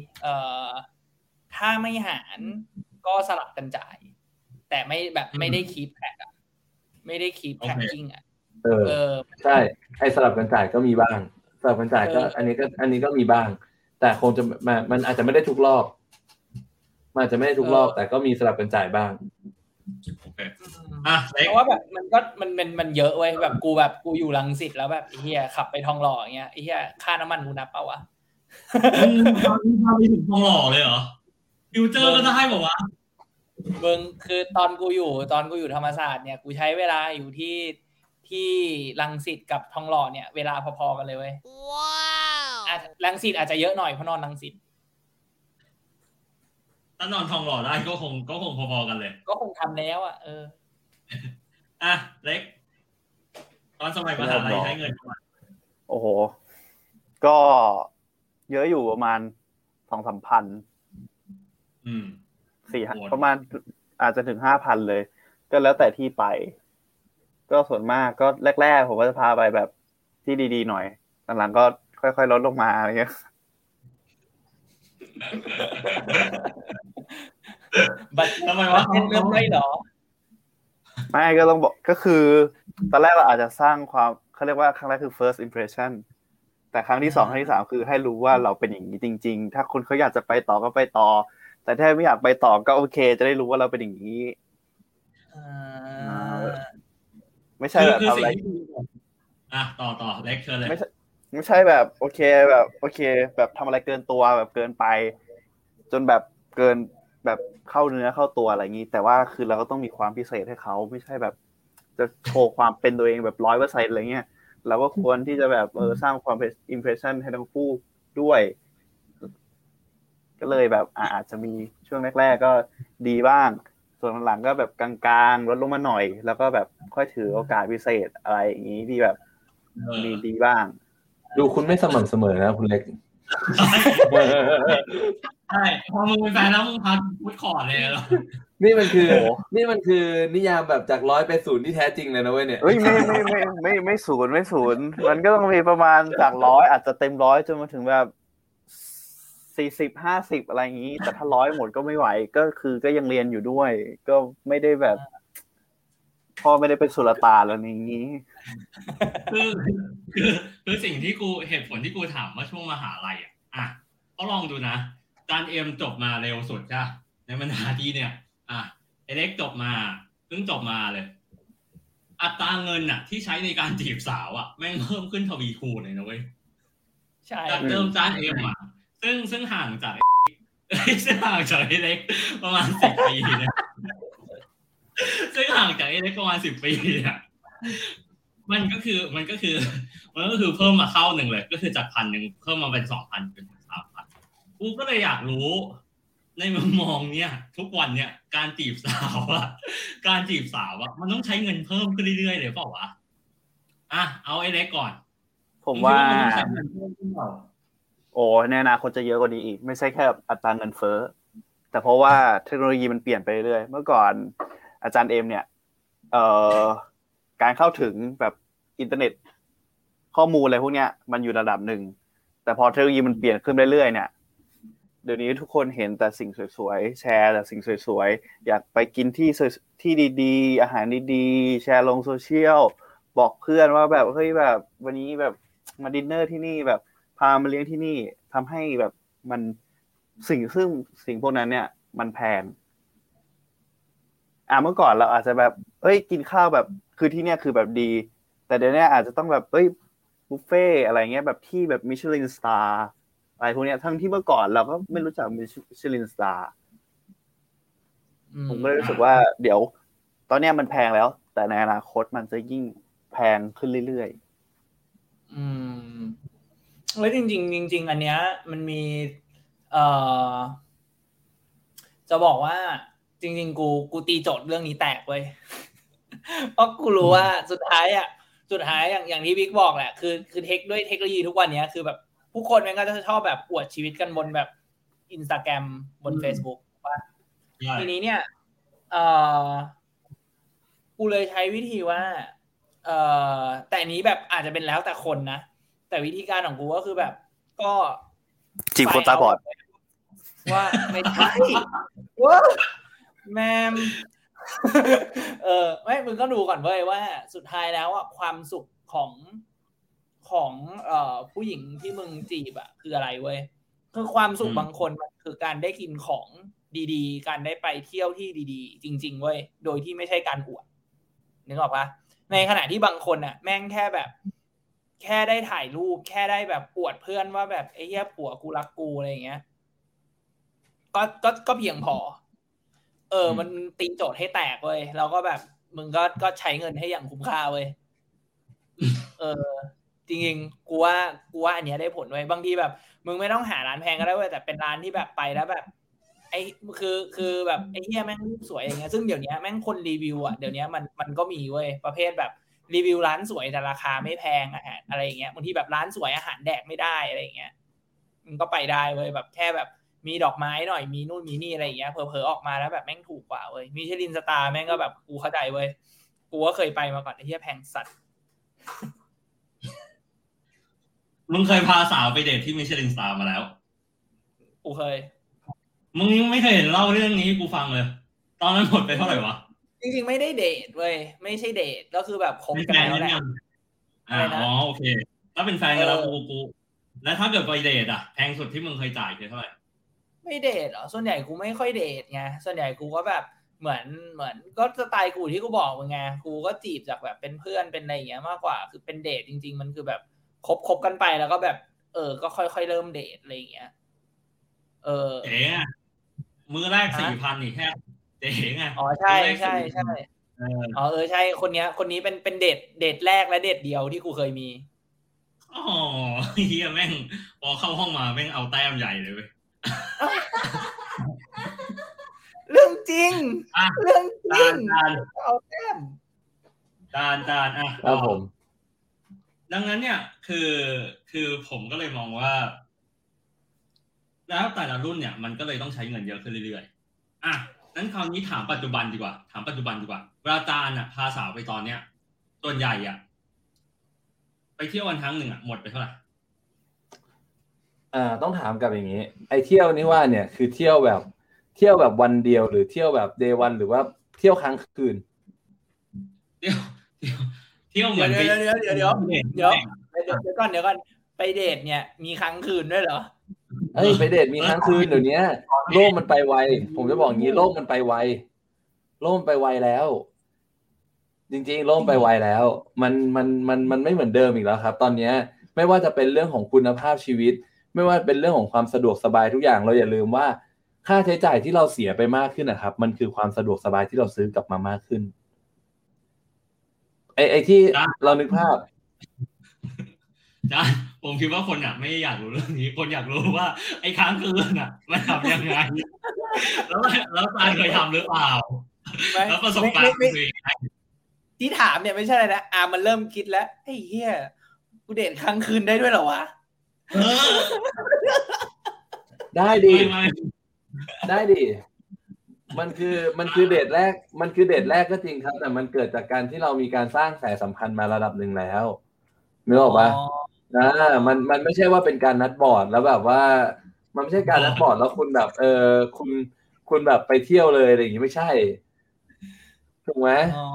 ถ้าไม่หารก็สลับกันจ่ายแต่ไม่ได้คีปแพ็คไม่ได้คีปแพ็คกิ้ง
ใช่ไอ้สลับกันจ่ายก็มีบ้างสลับกันจ่ายก็อันนี้ก็มีบ้างแต่คงจะมันอาจจะไม่ได้ทุกรอบมันอาจจะไม่ได้ทุกรอบแต่ก็มีสลับกันจ่ายบ้าง
โอเค
เพราะว่าแบบมันเยอะเว้ยแบบกูอยู่รังสิตแล้วแบบเฮียขับไปทองหล่ออย่างเงี้ยเฮียค่าน้ำมันกูนับเปล่าวะ
พาไปถึงทองหล่อเลยเหรอฟิวเจอร์ก็ได้บอกว่า
มึงคือตอนกูอยู่ธรรมศาสตร์เนี่ยกูใช้เวลาอยู่ที่รังสิตกับทองหล่อเนี่ยเวลาพอๆกันเลยเว้ยว้าวรังสิตอาจจะเยอะหน่อยเพราะนอนรังสิต
ถ้านอนทองหล่อได้ก็คงพอๆกันเลย
ก็คงทำแล้วอ่ะ
อ่ะเล็กตอนสมัยมหาลัยใช้เงินประมาณ
โอ้โหก็เยอะอยู่ประมาณ 2-3 พัน4ประมาณอาจจะถึง 5,000 เลยก็แล้วแต่ที่ไปก็ส่วนมากก็แรกๆผมก็จะพาไปแบบที่ดีๆหน่อยหลังๆก็ค่อยๆลดลงมาอะไรเงี้ย
บัตรทำไมวะเริ่มได้หรอ
ไม่ก็ต้องบอกก็คือตอนแรกเราอาจจะสร้างความเขาเรียกว่าครั้งแรกคือ first impression แต่ครั้งที่2ครั้งที่3คือให้รู้ว่าเราเป็นอย่างนี้จริงๆถ้าคนเขาอยากจะไปต่อก็ไปต่อแต่ถ้าไม่อยากไปต่อก็โอเคจะได้รู้ว่าเราเป็นอย่างนี้ไม่ใช่แบบอะไร
ต่อเล็กเชิญเลย
ไม่ใช่แบบโอเคแบบทำอะไรเกินตัวแบบเกินไปจนแบบเกินแบบเข้าเนื้อเข้าตัวอะไรอย่างนี้แต่ว่าคือเราก็ต้องมีความพิเศษให้เขาไม่ใช่แบบจะโชว์ความเป็นตัวเองแบบ 100% อะไรเงี้ยเราก็ควรที่จะแบบสร้างความอิมเพรสชั่นให้ทั้งคู่ด้วยก็เลยแบบอาจจะมีช่วงแรกๆก็ดีบ้างส่วนหลังก็แบบกลางๆลดลงมาหน่อยแล้วก็แบบค่อยถือโอกาสพิเศษอะไรอย่างนี้ที่แบบมีดีบ้าง
ดูคุณไม่สม่ำเสมอนะคุณเล็ก
ใช่พอมึงเป็นแฟนแล้วมึงพาพูดขอดเลยเหรอ
นี่มันคือนิยามแบบจาก100ไป0ที่แท้จริงเลยนะเว้ยเนี่ย
ไม่0มันก็ต้องมีประมาณจาก100อาจจะเต็ม100จนมาถึงแบบ40-50อะไรอย่างนี้แต่ถ้า100หมดก็ไม่ไหวก็คือก็ยังเรียนอยู่ด้วยก็ไม่ได้แบบพ่อไม่ได้เป็นสุลต่านแล้วอย่างนี้
คือสิ่งที่กูเหตุผลที่กูถามว่าช่วงมหาลัยอ่ะก็ลองดูนะจานเอ็มจบมาเร็วสุดใช่ในบรรดาที่เนี่ยเอเล็กจบมาเพิ่งจบมาเลยอัตราเงินที่ใช้ในการจีบสาวแม่งเพิ่มขึ้นทวีคูณเลยนะเว้ย
ใช่
จากเดิมจานเอ็มซึ่งห่างจากเอเล็กประมาณ10 ปีเนี่ยซึ่งห่างจากเอเล็กประมาณ10 ปีเนี่ยมันก็คือเพิ่มมาเข้าหนึ่งเลยก็คือจาก 1,000 เพิ่มมาเป็น 2,000 เป็น 3,000 กูก็เลยอยากรู้ในมุมมองเนี่ยทุกวันเนี่ยการจีบสาวมันต้องใช้เงินเพิ่มขึ้นเรื่อยๆเลยเปล่าวะเอาไอ้เล็กก่อน
ผมว่าโอ้ในอนาคตจะเยอะกว่านี้อีกไม่ใช่แค่อัตราเงินเฟ้อแต่เพราะว่าเทคโนโลยีมันเปลี่ยนไปเรื่อยเมื่อก่อนอาจารย์เอ็มเนี่ยการเข้าถึงแบบอินเทอร์เน็ตข้อมูลอะไรพวกเนี้ยมันอยู่ระดับหนึ่งแต่พอเทคโนโลยีมันเปลี่ยนขึ้นเรื่อยๆเนี่ยเดี๋ยวนี้ทุกคนเห็นแต่สิ่งสวยๆแชร์แต่สิ่งสวยๆอยากไปกินที่ดีๆอาหารดีๆแชร์ลงโซเชียลบอกเพื่อนว่าแบบเฮ้ยแบบวันนี้แบบมาดินเนอร์ที่นี่แบบพามาเลี้ยงที่นี่ทำให้แบบมันสิ่งพวกนั้นเนี่ยมันแพงเมื่อก่อนเราอาจจะแบบกินข้าวแบบคือที่เนี่ยคือแบบดีแต่เดี๋ยวนี้อาจจะต้องแบบบุฟเฟ่อะไรเงี้ยแบบที่แบบมิชลินสตาร์อะไรพวกเนี้ยทั้งที่เมื่อก่อนเราก็ไม่รู้จักมิชลินสตาร์ผมก็รู้สึกว่าเดี๋ยวตอนนี้มันแพงแล้วแต่ในอนาคตมันจะยิ่งแพงขึ้นเรื่อย
ๆแล้วจริงอันเนี้ยมันมีจะบอกว่าจริงๆกูตีโจทย์เรื่องนี้แตกเว้ยเพราะกูรู้ว่าสุดท้ายอย่างที่บิ๊กบอกแหละคือด้วยเทคโนโลยีทุกวันนี้คือแบบผู้คนมันก็จะชอบแบบอวดชีวิตกันบนแบบ Instagram บน Facebook ว่าทีนี้เนี่ยกูเลยใช้วิธีว่าแต่นี้แบบอาจจะเป็นแล้วแต่คนนะแต่วิธีการของกูก็คือแบบก็
จีบคนตาบอด
ว่าไม่ใช่ว่าแมมไม่มึงก็ดูก่อนเว้ยว่าสุดท้ายแล้วความสุขของผู้หญิงที่มึงจีบคืออะไรเว้ยคือความสุขบางคนมันคือการได้กินของดีๆการได้ไปเที่ยวที่ดีๆจริงๆเว้ยโดยที่ไม่ใช่การอวดนึกออกปะในขณะที่บางคนแม่งแค่แบบแค่ได้ถ่ายรูปแค่ได้แบบอวดเพื่อนว่าแบบไอ้เหี้ยผัวกูรักกูอะไรอย่างเงี้ยก็เพียงพอมันตีโจทย์ให้แตกเว้ยแล้วก็แบบมึงก็ใช้เงินให้อย่างคุ้มค่าเว้ยจริงๆกูว่าอันเนี้ยได้ผลเว้ยบางทีแบบมึงไม่ต้องหาร้านแพงก็ได้เว้ยแต่เป็นร้านที่แบบไปแล้วแบบไออ้คือแบบไอ้เหี้ยแม่งรูปสวยอย่างเงี้ยซึ่งเดี๋ยวนี้แม่งคนรีวิวอ่ะเดี๋ยวนี้มันก็มีเว้ยประเภทแบบรีวิวร้านสวยแต่ราคาไม่แพงอาหารอะไรอย่างเงี้ยบางทีแบบร้านสวยอาหารแดกไม่ได้อะไรอย่างเงี้ยมันก็ไปได้เว้ยแบบแค่แบบมีดอกไม้หน่อยมีนู่นมีนี่อะไรอย่างเงี้ยเผลอๆออกมาแล้วแบบแม่งถูกกว่าเว้ยมิชลินสตาร์แม่งก็แบบกูเข้าใจเว้ยกูก็เคยไปมาก่อนไอ้เหี้ยแพงสัตว์
มึงเคยพาสาวไปเดทที่มิชลินสตาร์มาแล้ว
กูเคย
มึงไม่เคยเห็นเล่าเรื่องนี้ให้กูฟังเลยตอนนั้นหมดไปเท่าไหร่วะ
จริงๆไม่ได้เดทเว้ยไม่ใช่เดทก็คือแบบคบกันแล้วแหละ
อ๋อโอเคถ้าเป็นแฟนกันแล้วกูแล้วถ้าเกิดไปเดทอ่ะแพงสุดที่มึงเคยจ่ายคือเท่าไหร่
ไม่เดทเหรอส่วนใหญ่กูไม่ค่อยเดทไงส่วนใหญ่กูก็แบบเหมือนก็สไตล์กูที่กูบอกมึงไงกูก็จีบจากแบบเป็นเพื่อนเป็นอะไรอย่างเงี้ยมากกว่าคือเป็นเดทจริงๆมันคือแบบคบกันไปแล้วก็แบบก็ค่อยๆเริ่มเดทอะไรอย่างเงี้ย
เจ๊มื้อแรก 4,000 นี่แค่เจ๊ไง
อ๋อใช่ใช่ใช่อ๋อใช่คนนี้เป็นเดทแรกและเดทเดียวที่กูเคยมี
อ๋อเฮียแม่งพอเข้าห้องมาแม่งเอาแต้มใหญ่เลยเว้ย
เรื่องจริงเรื่องจริงเอาแต้ม
จานอ่ะ
ครับผม
ดังนั้นเนี่ยคือผมก็เลยมองว่าแล้วแต่ละรุ่นเนี่ยมันก็เลยต้องใช้เงินเยอะขึ้นเรื่อยๆอ่ะนั้นคราวนี้ถามปัจจุบันดีกว่าเวลาจานอ่ะพาสาวไปตอนเนี้ยส่วนใหญ่อ่ะไปเที่ยววันครั้งหนึ่งอ่ะหมดไปเท่าไหร่
ต้องถามกับอย่างนี้ไอ้เที่ยวนี่ว่าเนี่ยคือเที่ยวแบบวันเดียวหรือเที่ยวแบบเดย์วันหรือว่าเที่ยวค้างคืน
เที่ยวเหมือน
เดี๋ยวก่อนไปเดทเนี่ยมีค้างคืนด้วยเหรอ
ไปเดทมีค้างคืนเดี๋ยวนี้โลกมันไปไวผมจะบอกอย่างนี้โลกมันไปไวแล้วจริงๆโลกไปไวแล้วมันไม่เหมือนเดิมอีกแล้วครับตอนนี้ไม่ว่าจะเป็นเรื่องของคุณภาพชีวิตไม่ว่าเป็นเรื่องของความสะดวกสบายทุกอย่างเราอย่าลืมว่าค่าใช้จ่ายที่เราเสียไปมากขึ้นนะครับมันคือความสะดวกสบายที่เราซื้อกลับมามากขึ้นไอ้ที่เรานึกภาพ
จ้าผมคิดว่าคนอ่ะไม่อยากรู้เรื่องนี้คนอยากรู้ว่าไอ้ค้างคืนอ่ะมันทำยังไงแล้วตายเคยทำหรือเปล่าแล้วประสบการณ์คือยังไง
ที่ถามเนี่ยไม่ใช่อะไรนะมันเริ่มคิดแล้วไอ้เหี้ยกูเดทค้างคืนได้ด้วยเหรอวะ
ได้ดิมันคือเดทแรกก็จริงครับแต่มันเกิดจากการที่เรามีการสร้างสายสัมพันธ์มาระดับหนึ่งแล้วนึกออกปะมันไม่ใช่ว่าเป็นการนัดบอร์ดแล้วแบบว่ามันไม่ใช่การนัดบอร์ดแล้วคุณแบบคุณแบบไปเที่ยวเลยอะไรอย่างงี้ไม่ใช่ถูกไหม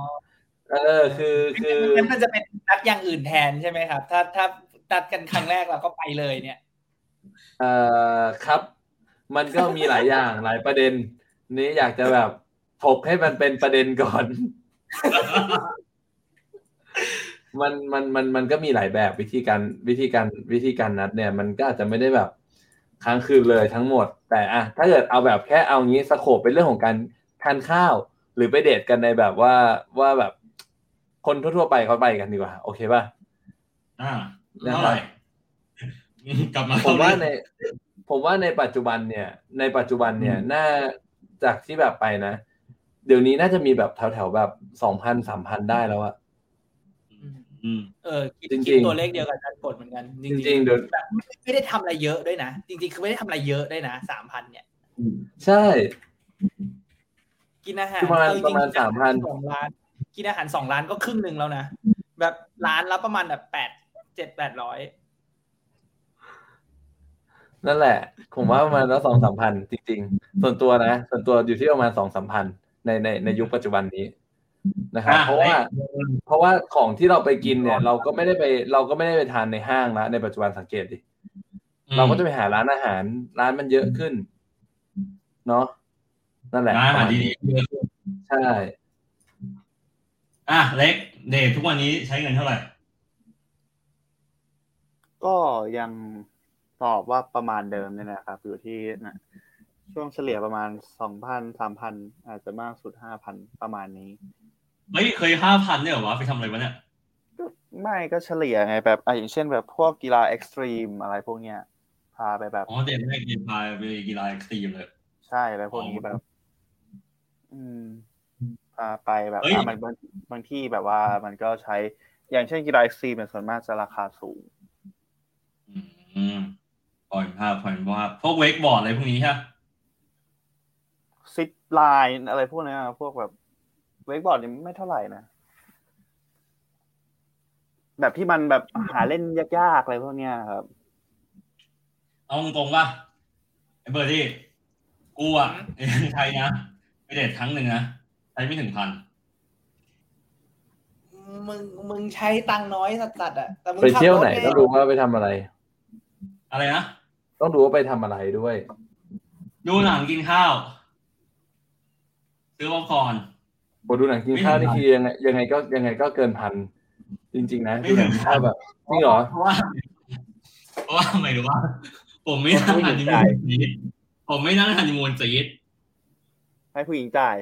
คือ
มันจะเป็นนัดอย่างอื่นแทนใช่ไหมครับถ้านัดกันครั้งแรกเราก็ไปเลยเนี่ย
ครับมันก็มีหลายอย่างหลายประเด็นนี้อยากจะแบบถกให้มันเป็นประเด็นก่อนมันก็มีหลายแบบวิธีการนัดเนี่ยมันก็อาจจะไม่ได้แบบค้างคืนเลยทั้งหมดแต่ถ้าเกิดเอาแบบแค่เอางี้สโคปเป็นเรื่องของการทานข้าวหรือไปเดทกันในแบบว่าแบบคนทั่วๆไปเขาไปกันดีกว่าโอเคป่ะ
นะครับกลับมา
ผมว่าในปัจจุบันเนี่ยน่าจากที่แบบไปนะเดี๋ยวนี้น่าจะมีแบบแถวๆแบบ 2,000-3,000 ได้แล้วอะ
คิดตัวเลขเดียวกับการกดเหมือนกันจริงๆแบบไม่ได้ทำอะไรเยอะด้วยนะจริงๆคือไม่ได้ทำอะไรเยอะด้วยนะ 3,000 เนี่ย
ใช่
กินอาหาร
ประมาณ 3,000
2 ล้านกินอาหาร2 ล้านก็ครึ่งนึงแล้วนะแบบร้านละประมาณแบบ700-800
นั่นแหละผมว่าประมาณแล้ว 2-3,000 จริงๆส่วนตัวอยู่ที่ประมาณ 2-3,000 ในยุคปัจจุบันนี้นะครับเพราะว่าของที่เราไปกินเนี่ยเราก็ไม่ได้ไปทานในห้างแล้วในปัจจุบันสังเกตดิเราก็จะไปหาร้านอาหารร้านมันเยอะขึ้นเนาะนั่นแหละ
ร้านอาหารดีๆเยอะขึ้น
ใช่
เล็กเดททุกวันนี้ใช้เงินเท่าไหร่
ก็ยังตอบว่าประมาณเดิมนี่แหละครับอยู่ที่ช่วงเฉลี่ยประมาณ 2,000-3,000 อาจจะมากสุด 5,000 ประมาณนี้
ไม่เคย 5,000 เนี่ยเหรอวะไปทำอะไรวะเนี่ย
ไม่ก็เฉลี่ยไงแบบอย่างเช่นแบบพวกกีฬาเอ็กซ์ตรีมอะไรพวกเนี้ยพาไปแบบ
เด็กไม่กินพาไปกีฬาเอ็กซ์ตรีมเลย
ใใช่แล้วพวกนี้แบบพาไปแบบมันบางที่แบบว่ามันก็ใช้อย่างเช่นกีฬาเอ็กซ์ตรีมส่วนมากจะราคาสูง
ปล่อยภาพพวกเวกบอร์ดอะไรพวกนี้ใช่
ซิปไลน์อะไรพวกนี้พวกแบบเวกบอร์ดนี่ไม่เท่าไหร่นะแบบที่มันแบบหาเล่นยากๆอะไรพวกเนี้ยครับ
เอาตรงๆป่ะไอ้เบอร์ดี้กูอ่ะใช้นะไปเดทครั้งหนึ่งนะใช้ไม่ถึง1,000
มึงใช้ตังน้อยสัสๆอ่ะแต่มึง
ไปเที่ยวไหนต้องดูว่าไปทำอะไร
นะ
ต้องดูว่าไปทำอะไรด้วย
ดูหนังกินข้าวซื้อป๊อปคอร์น
ดูหนังกินข้าวนี่คือยังไงก็เกิน1,000จริงๆนะดูหนังกินข้าวแบบจริงเหรอ
เพราะว่าไม่รู้ว่าผมไม่นั่งฮันนีมูนซีทผมไม่นั่งฮันนีมูนซีท
ให้ผู้หญิงจ่าย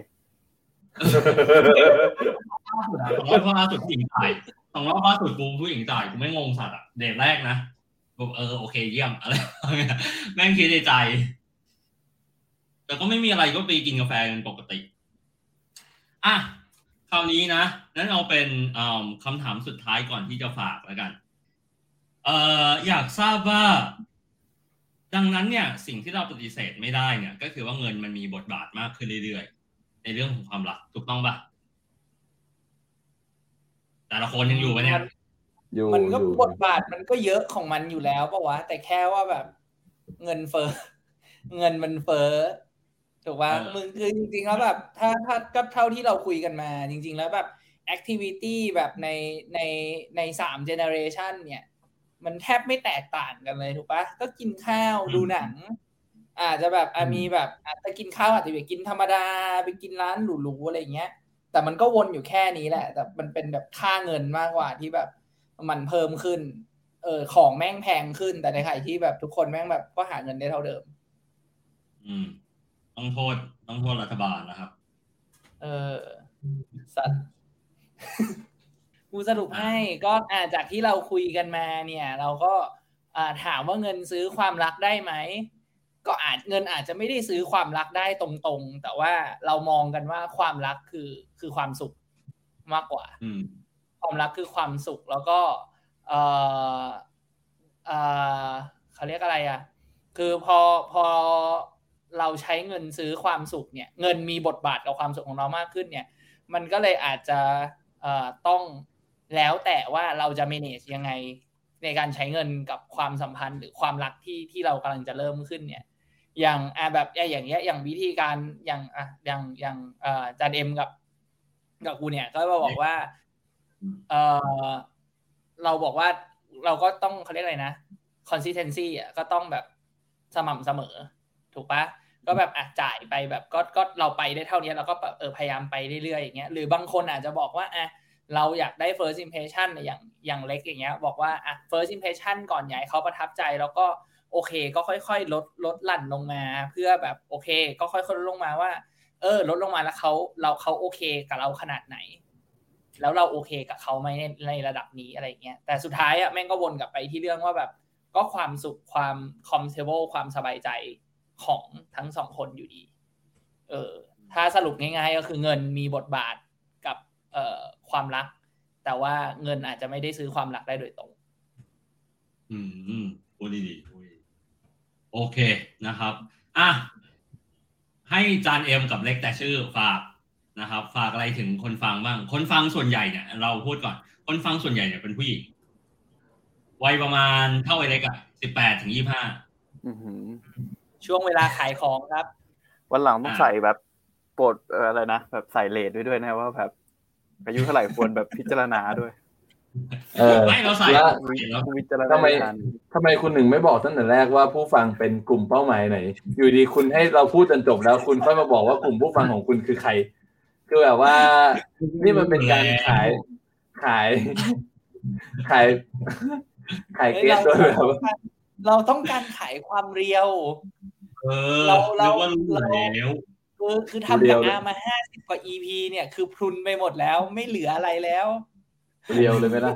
200 ล่าสุดผู้หญิงจ่าย200 ล่าสุดกูผู้หญิงจ่ายกูไม่งงสัตว์อ่ะเดทแรกนะโอเคเยี่ยมอะไรแม่งคิดในใจแต่ก็ไม่มีอะไรก็ไปกินกาแฟเป็นปกติอ่ะคราวนี้นะนั้นเอาเป็นคำถามสุดท้ายก่อนที่จะฝากแล้วกันอยากทราบว่าดังนั้นเนี่ยสิ่งที่เราปฏิเสธไม่ได้เนี่ยก็คือว่าเงินมันมีบทบาทมากขึ้นเรื่อยๆในเรื่องของความรักถูกต้องป่ะแต่ละคนยังอยู่ป่ะเนี่ย
มันก็บทบาทมันก็เยอะของมันอยู่แล้วป่ะวะแต่แค่ว่าแบบเงินเฟ้อเงินมันเฟ้อถูกป่ะมึงคือจริงๆแล้วแบบถ้าก็เท่าที่เราคุยกันมาจริงๆแล้วแบบแอคทิวิตี้แบบใน3 generation เนี่ยมันแทบไม่แตกต่างกันเลยถูกป่ะก็กินข้าวดูหนังอาจจะแบบมีแบบอาจจะกินข้าวอาจจะไปกินธรรมดาไปกินร้านหรูๆอะไรเงี้ยแต่มันก็วนอยู่แค่นี้แหละแต่มันเป็นแบบค่าเงินมากกว่าที่แบบมันเพิ่มขึ้นของแม่งแพงขึ้นแต่ในขณะที่แบบทุกคนแม่งแบบก็หาเงินได้เท่าเดิม
ต้องโทษรัฐบาลนะครับ
สัตว์กูสรุปให้ก็จากที่เราคุยกันมาเนี่ยเราก็ถามว่าเงินซื้อความรักได้ไหมก็เงินอาจจะไม่ได้ซื้อความรักได้ตรงๆแต่ว่าเรามองกันว่าความรักคือความสุขมากกว่าความรักคือความสุขแล้วก็เขาเรียกอะไรอ่ะคือพอเราใช้เงินซื้อความสุขเนี่ยเงินมีบทบาทกับความสุขของเรามากขึ้นเนี่ยมันก็เลยอาจจะต้องแล้วแต่ว่าเราจะ manage ยังไงในการใช้เงินกับความสัมพันธ์หรือความรักที่เรากำลังจะเริ่มขึ้นเนี่ยอย่างแบบอย่างเงี้ยอย่างวิธีการอย่างจานเอ็มกับกูเนี่ยก็บอกว่าเราบอกว่าเราก็ต้องเขาเรียกอะไรนะ consistency อ่ะก็ต้องแบบสม่ำเสมอถูกปะก็แบบจ่ายไปแบบก็เราไปได้เท่านี้เราก็พยายามไปเรื่อยๆอย่างเงี้ยหรือบางคนอาจจะบอกว่าเราอยากได้ first impression อย่างเล็กอย่างเงี้ยบอกว่า first impression ก่อนใหญ่เขาประทับใจแล้วก็โอเคก็ค่อยๆลดหลั่นลงมาเพื่อแบบโอเคก็ค่อยๆลดลงมาว่าลดลงมาแล้วเขาโอเคกับเราขนาดไหนแล้วเราโอเคกับเขาไหมในระดับนี้อะไรเงี้ยแต่สุดท้ายแม่งก็วนกลับไปที่เรื่องว่าแบบก็ความสุขความ comfortable ความสบายใจของทั้งสองคนอยู่ดีถ้าสรุปง่ายๆก็คือเงินมีบทบาทกับความรักแต่ว่าเงินอาจจะไม่ได้ซื้อความรักได้โดยตรง
พูดดีโอเคนะครับให้จานเอ็มกับเล็กแต่ชื่อฝากนะครับฝากอะไรถึงคนฟังบ้างคนฟังส่วนใหญ่เนี่ยเราพูดก่อนคนฟังส่วนใหญ่เนี่ยเป็นผู้หญิงวัยประมาณเท่าไอ้เล็ก18 ถึง 25
ช่วงเวลาขายของครับ
วันหลังต้องใส่แบบโปรดอะไรนะแบบใส่เลทด้วยนะว่าแบบอายุเท่าไหร่ควรแบบพิจารณาด้วย
ไม่เราใส่
ทำไมคุณหนึ่งไม่บอกตั้งแต่แรกว่าผู้ฟังเป็นกลุ่มเป้าหมายไหนอยู่ดีคุณให้เราพูดจนจบแล้วคุณค่อยมาบอกว่ากลุ่มผู้ฟังของคุณคือใครคือแบบว่านี่มันเป็นการขายเกสด้วยแบบ
เราต้องการขายความเรียว
เราแล้ว
คือทำกับอามา50 กว่า EP เนี่ยคือพรุนไปหมดแล้วไม่เหลืออะไรแล้ว
เรียวเลยไหมล่ะ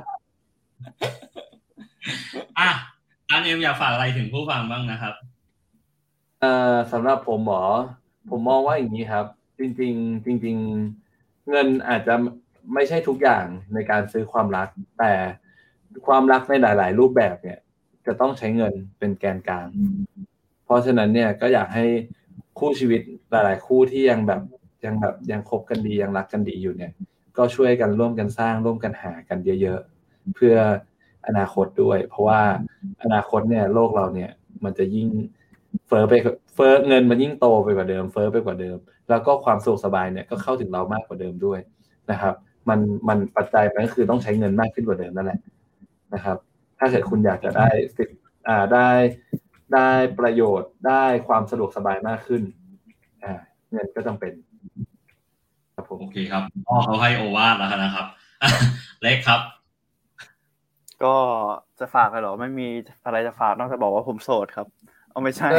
อันเอ็มอยากฝากอะไรถึงผู้ฟังบ้างนะครับ
สำหรับผมหมอผมมองว่าอย่างนี้ครับ จริงเงินอาจจะไม่ใช่ทุกอย่างในการซื้อความรักแต่ความรักในหลายๆรูปแบบเนี่ยจะต้องใช้เงินเป็นแกนกลางเพราะฉะนั้นเนี่ยก็อยากให้คู่ชีวิตหลายๆคู่ที่ยังคบกันดียังรักกันดีอยู่เนี่ยก็ช่วยกันร่วมกันสร้างร่วมกันหากันเยอะๆเพื่ออนาคตด้วยเพราะว่าอนาคตเนี่ยโลกเราเนี่ยมันจะยิ่งเฟ้อเงินมันยิ่งโตไปกว่าเดิมเฟ้อไปกว่าเดิมแล้วก็ความสุขสบายเนี่ยก็เข้าถึงเรามากกว่าเดิมด้วยนะครับมันปัจจัยมันก็คือต้องใช้เงินมากขึ้นกว่าเดิมนั่นแหละนะครับถ้าเกิดคุณอยากจะได้ได้ประโยชน์ได้ความสะดวกสบายมากขึ้นเงินก็จำเป็นครับผม
โอเคครับเขาให้โอวาทแล้วนะครับเล็กครับ
ก็จะฝากอะไรหรอไม่มีอะไรจะฝากนอกจากบอกว่าผมโสดครับเอาไม่ใช่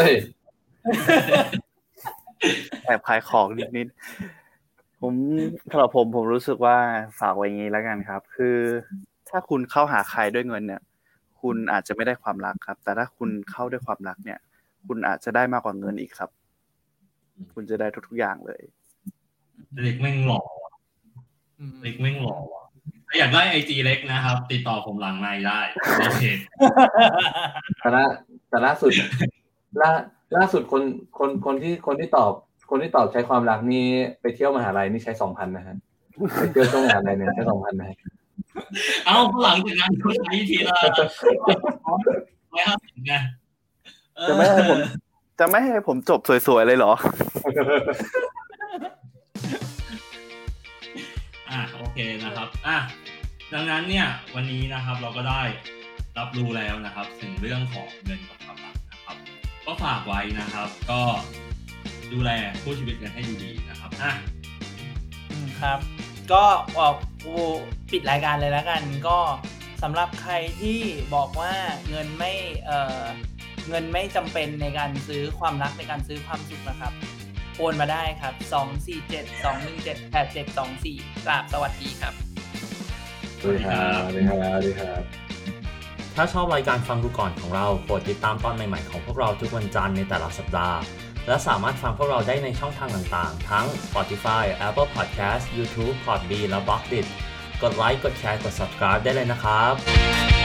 แอบขายของนิดสำหรับผมรู้สึกว่าฝากไว้อย่างนี้แล้วกันครับคือถ้าคุณเข้าหาใครด้วยเงินเนี่ยคุณอาจจะไม่ได้ความรักครับแต่ถ้าคุณเข้าด้วยความรักเนี่ยคุณอาจจะได้มากกว่าเงินอีกครับคุณจะได้ทุกๆอย่างเลย
เล็กแม่งหล่อเล็กแม่งหล่อถ้าอยากได้ IG เล็กนะครับติดต่อผมหลังไมค์ได้ในเพจ
แต่ล่าสุดคนที่ตอบใช้ความรักนี่ไปเที่ยวมหาลัยนี่ใช้ 2,000 นะฮะไปเที่ยวช่วงมหาลัยเนี่ยใช้ 2,000 นะฮะ
เอ้าหลังจากนั้นคุณใช้ทีละ150ไง
จะไม่ให้ผมจบสวยๆเลยเหรอ
โอเคนะครับดังนั้นเนี่ยวันนี้นะครับเราก็ได้รับรู้แล้วนะครับถึงเรื่องของเงินกับความรักนะครับก็ฝากไว้นะครับก็ดูแลคู่ชีวิตกันให้ดีๆนะครับ
ครับก็ปิดรายการเลยแล้วกันก็สำหรับใครที่บอกว่าเงินไม่จำเป็นในการซื้อความรักในการซื้อความสุขนะครับโอนมาได้ครับ24721787724กราบสวัสดีครับ
สวัสดีครับ
ถ้าชอบรายการฟังดูก่อนของเราโปรดติดตามตอนใหม่ๆของพวกเราทุกวันจันทร์ในแต่ละสัปดาห์และสามารถฟังพวกเราได้ในช่องทางต่างๆทั้ง Spotify, Apple Podcast, YouTube, Podbean และ Blockdit กดไลค์กดแชร์กด Subscribe ได้เลยนะครับ